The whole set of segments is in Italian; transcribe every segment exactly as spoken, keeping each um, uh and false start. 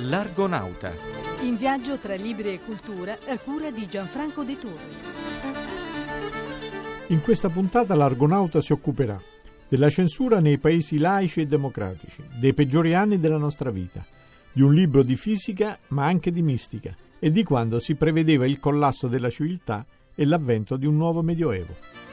L'Argonauta. In viaggio tra libri e cultura a cura di Gianfranco De Torres. In questa puntata l'Argonauta si occuperà della censura nei paesi laici e democratici, dei peggiori anni della nostra vita, di un libro di fisica ma anche di mistica e di quando si prevedeva il collasso della civiltà e l'avvento di un nuovo medioevo.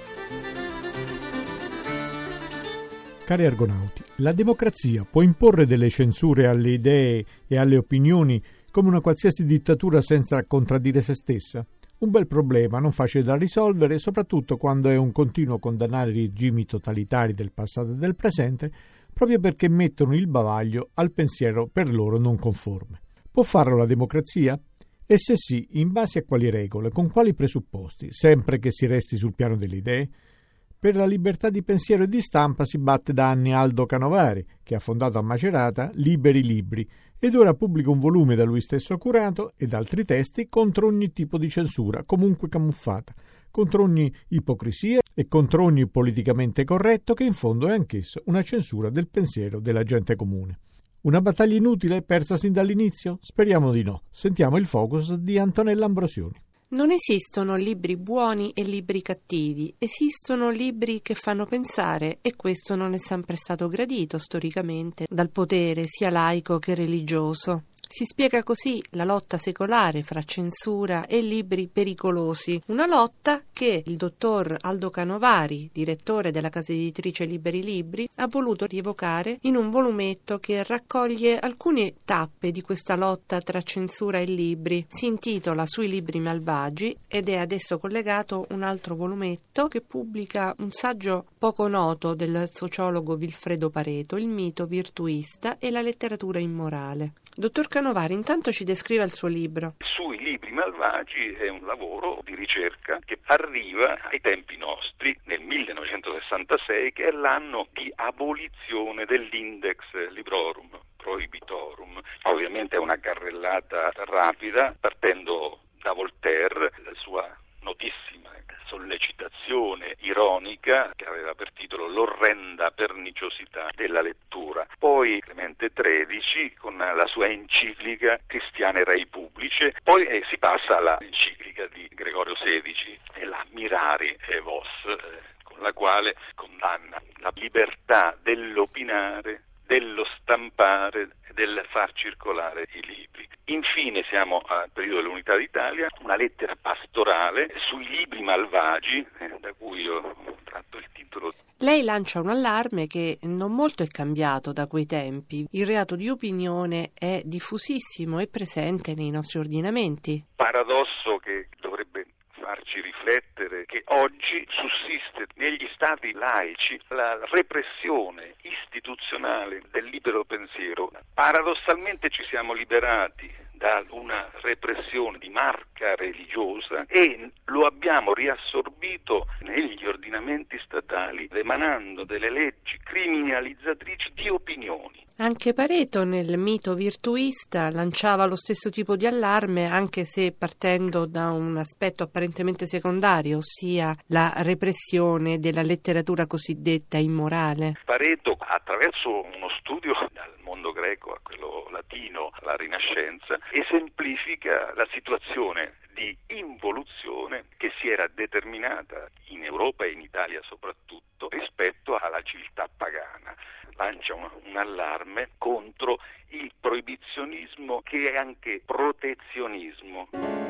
Cari argonauti, la democrazia può imporre delle censure alle idee e alle opinioni come una qualsiasi dittatura senza contraddire se stessa? Un bel problema, non facile da risolvere, soprattutto quando è un continuo condannare i regimi totalitari del passato e del presente, proprio perché mettono il bavaglio al pensiero per loro non conforme. Può farlo la democrazia? E se sì, in base a quali regole, con quali presupposti, sempre che si resti sul piano delle idee? Per la libertà di pensiero e di stampa si batte da anni Aldo Canovari, che ha fondato a Macerata Liberi Libri, ed ora pubblica un volume da lui stesso curato ed altri testi contro ogni tipo di censura, comunque camuffata, contro ogni ipocrisia e contro ogni politicamente corretto che in fondo è anch'esso una censura del pensiero della gente comune. Una battaglia inutile, persa sin dall'inizio? Speriamo di no. Sentiamo il focus di Antonella Ambrosioni. Non esistono libri buoni e libri cattivi, esistono libri che fanno pensare e questo non è sempre stato gradito storicamente dal potere sia laico che religioso. Si spiega così la lotta secolare fra censura e libri pericolosi, una lotta che il dottor Aldo Canovari, direttore della casa editrice Liberi Libri, ha voluto rievocare in un volumetto che raccoglie alcune tappe di questa lotta tra censura e libri. Si intitola Sui libri malvagi ed è adesso collegato un altro volumetto che pubblica un saggio poco noto del sociologo Vilfredo Pareto, Il mito virtuista e la letteratura immorale. Dottor Canovari, intanto ci descriva il suo libro. Sui libri malvagi è un lavoro di ricerca che arriva ai tempi nostri, nel millenovecentosessantasei, che è l'anno di abolizione dell'Index Librorum Prohibitorum. Ovviamente è una carrellata rapida, partendo da Voltaire, la sua notissima sollecitazione ironica che aveva per titolo L'orrenda perniciosità della lettura. Poi Clemente tredici con la sua enciclica Christiane Rei Publice, poi eh, si passa alla enciclica di Gregorio sedicesimo e la Mirari e Vos, eh, con la quale condanna la libertà dell'opinare, dello stampare e del far circolare i libri. Infine siamo al periodo dell'Unità d'Italia, una lettera pastorale sui libri malvagi, eh, da cui io ho tratto il titolo. Lei lancia un allarme che non molto è cambiato da quei tempi. Il reato di opinione è diffusissimo e presente nei nostri ordinamenti. Paradosso che dovrebbe farci riflettere che oggi sussiste negli stati laici la repressione istituzionale del libero pensiero. Paradossalmente ci siamo liberati da una repressione di marca religiosa e lo abbiamo riassorbito negli ordinamenti statali, emanando delle leggi criminalizzatrici di opinioni. Anche Pareto nel mito virtuista lanciava lo stesso tipo di allarme, anche se partendo da un aspetto apparentemente secondario, ossia la repressione della letteratura cosiddetta immorale. Pareto, attraverso uno studio dal mondo greco a quello latino, alla Rinascenza, esemplifica la situazione di involuzione che si era determinata in Europa e in Italia soprattutto rispetto alla civiltà pagana. Lancia un, un allarme contro il proibizionismo che è anche protezionismo.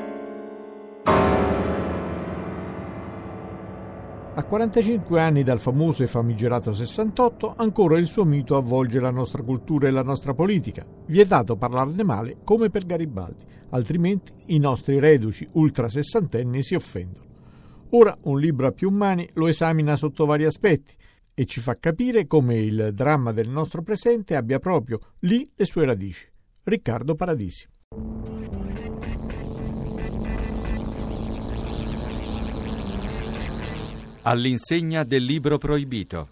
A quarantacinque anni dal famoso e famigerato sessantotto, ancora il suo mito avvolge la nostra cultura e la nostra politica. Vietato parlarne male come per Garibaldi, altrimenti i nostri reduci ultrasessantenni si offendono. Ora un libro a più mani lo esamina sotto vari aspetti e ci fa capire come il dramma del nostro presente abbia proprio lì le sue radici. Riccardo Paradisi. All'insegna del libro proibito.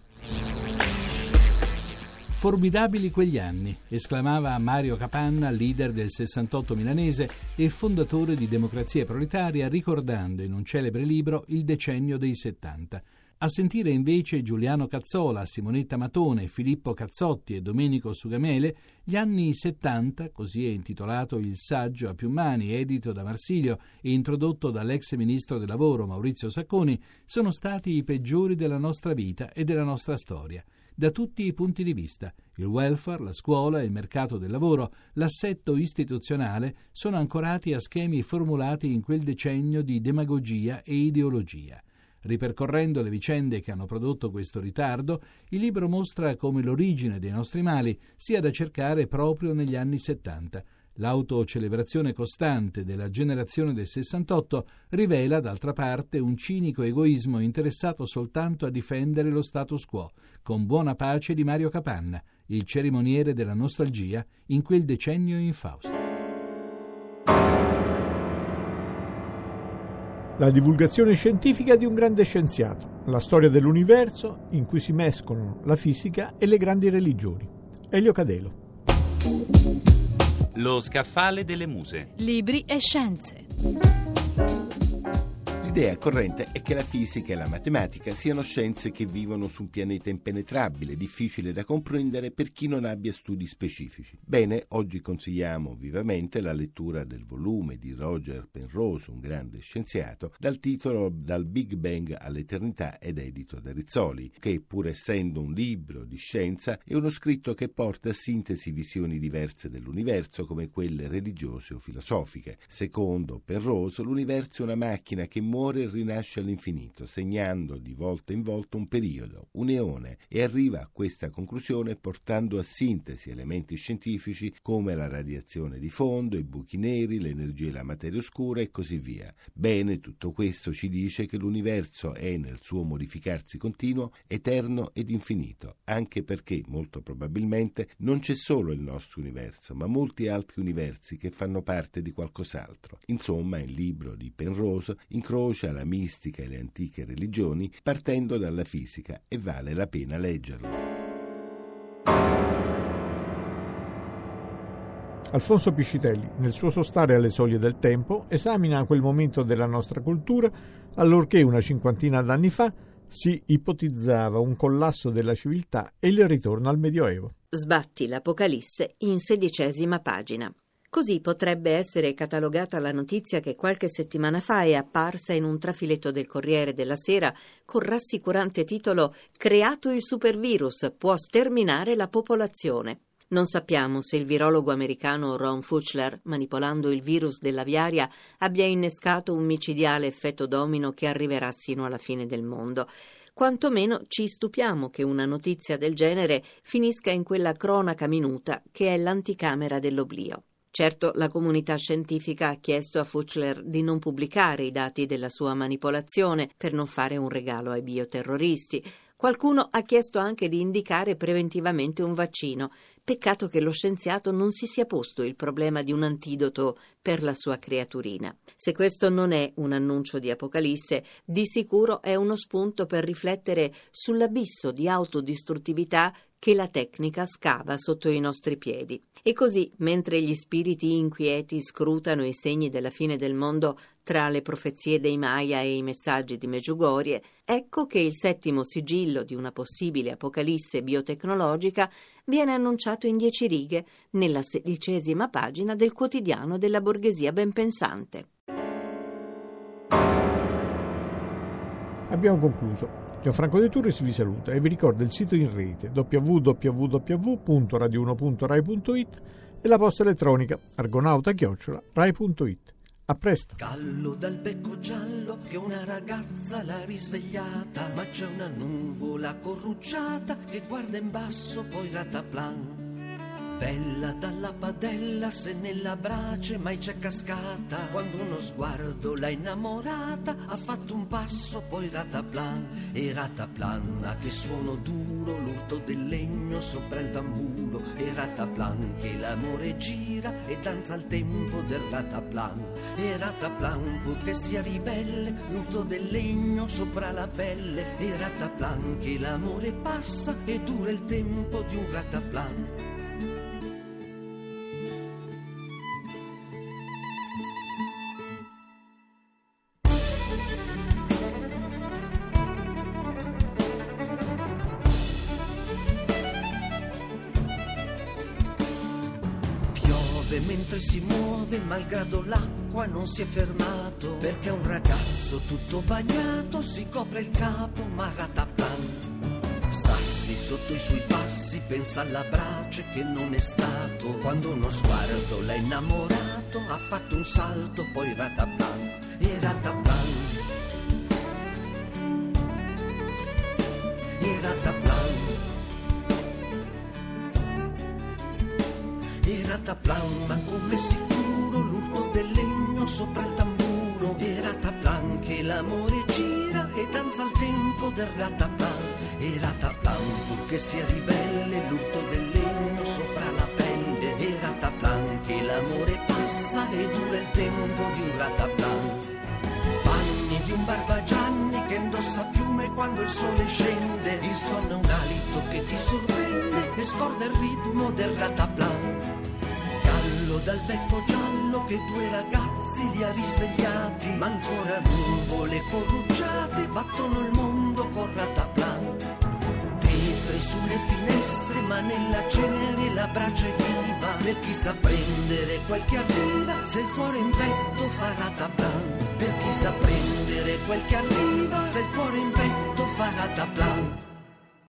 Formidabili quegli anni, esclamava Mario Capanna, leader del sessantotto milanese e fondatore di Democrazia Proletaria, ricordando in un celebre libro il decennio dei settanta. A sentire invece Giuliano Cazzola, Simonetta Matone, Filippo Cazzotti e Domenico Sugamele, gli anni settanta, così è intitolato il saggio a più mani, edito da Marsilio e introdotto dall'ex ministro del lavoro Maurizio Sacconi, sono stati i peggiori della nostra vita e della nostra storia, da tutti i punti di vista. Il welfare, la scuola, il mercato del lavoro, l'assetto istituzionale sono ancorati a schemi formulati in quel decennio di demagogia e ideologia. Ripercorrendo le vicende che hanno prodotto questo ritardo, il libro mostra come l'origine dei nostri mali sia da cercare proprio negli anni settanta. L'autocelebrazione costante della generazione del sessantotto rivela, d'altra parte, un cinico egoismo interessato soltanto a difendere lo status quo, con buona pace di Mario Capanna, il cerimoniere della nostalgia in quel decennio infausto. La divulgazione scientifica di un grande scienziato, la storia dell'universo in cui si mescolano la fisica e le grandi religioni. Elio Cadelo. Lo scaffale delle muse. Libri e scienze. L'idea corrente è che la fisica e la matematica siano scienze che vivono su un pianeta impenetrabile, difficile da comprendere per chi non abbia studi specifici. Bene, oggi consigliamo vivamente la lettura del volume di Roger Penrose, un grande scienziato, dal titolo Dal Big Bang all'eternità ed edito da Rizzoli, che pur essendo un libro di scienza è uno scritto che porta a sintesi visioni diverse dell'universo come quelle religiose o filosofiche. Secondo Penrose, l'universo è una macchina che muore e rinasce all'infinito, segnando di volta in volta un periodo, un eone, e arriva a questa conclusione portando a sintesi elementi scientifici come la radiazione di fondo, i buchi neri, l'energia e la materia oscura e così via. Bene, tutto questo ci dice che l'universo è nel suo modificarsi continuo, eterno ed infinito, anche perché molto probabilmente non c'è solo il nostro universo, ma molti altri universi che fanno parte di qualcos'altro. Insomma, il libro di Penrose incrocia la mistica e le antiche religioni partendo dalla fisica e vale la pena leggerlo. Alfonso Piscitelli, nel suo Sostare alle soglie del tempo, esamina quel momento della nostra cultura allorché una cinquantina d'anni fa si ipotizzava un collasso della civiltà e il ritorno al Medioevo. Sbatti l'Apocalisse in sedicesima pagina. Così potrebbe essere catalogata la notizia che qualche settimana fa è apparsa in un trafiletto del Corriere della Sera col rassicurante titolo «Creato il supervirus, può sterminare la popolazione». Non sappiamo se il virologo americano Ron Fuchler, manipolando il virus dell'aviaria, abbia innescato un micidiale effetto domino che arriverà sino alla fine del mondo. Quantomeno ci stupiamo che una notizia del genere finisca in quella cronaca minuta che è l'anticamera dell'oblio. Certo, la comunità scientifica ha chiesto a Fuchler di non pubblicare i dati della sua manipolazione per non fare un regalo ai bioterroristi. Qualcuno ha chiesto anche di indicare preventivamente un vaccino. Peccato che lo scienziato non si sia posto il problema di un antidoto per la sua creaturina. Se questo non è un annuncio di Apocalisse, di sicuro è uno spunto per riflettere sull'abisso di autodistruttività che la tecnica scava sotto i nostri piedi. E così, mentre gli spiriti inquieti scrutano i segni della fine del mondo tra le profezie dei Maya e i messaggi di Meggiugorie, ecco che il settimo sigillo di una possibile apocalisse biotecnologica viene annunciato in dieci righe nella sedicesima pagina del quotidiano della borghesia benpensante. Abbiamo concluso. Gianfranco De Turris vi saluta e vi ricorda il sito in rete w w w punto radio uno punto rai punto it e la posta elettronica argonauta chiocciola rai punto it. A presto. Gallo dal becco giallo che una ragazza l'ha risvegliata, ma c'è una nuvola corrucciata che guarda in basso poi rataplan. Bella dalla padella se nella brace mai c'è cascata, quando uno sguardo l'ha innamorata ha fatto un passo poi rataplan. E rataplan, a che suono duro l'urto del legno sopra il tamburo. E rataplan che l'amore gira e danza al tempo del rataplan. E rataplan purché sia ribelle l'urto del legno sopra la pelle. E rataplan che l'amore passa e dura il tempo di un rataplan. mentre si muove malgrado l'acqua non si è fermato, perché un ragazzo tutto bagnato si copre il capo ma rataplan. Sassi sotto i suoi passi, pensa alla brace che non è stato, quando uno sguardo l'ha innamorato, ha fatto un salto, poi rataplan, e rataplan, e rataplan, e rataplan, ma come sicuro l'urto del legno sopra il tamburo, e rataplan che l'amore gira e danza al tempo del rataplan. E rataplan, purché sia ribelle l'urto del legno sopra la pelle. E rataplan, che l'amore passa e dura il tempo di un rataplan. Panni di un barbagianni che indossa piume quando il sole scende. Il sonno è un alito che ti sorprende e scorda il ritmo del rataplan. Gallo dal becco giallo che due ragazzi li ha risvegliati, ma ancora nuvole corrucciate battono il mondo col rataplan. Tetre sulle finestre, ma nella cenere la brace è viva, per chi sa prendere quel che arriva, se il cuore in petto fa rataplan. Per chi sa prendere quel che arriva, se il cuore in petto fa rataplan.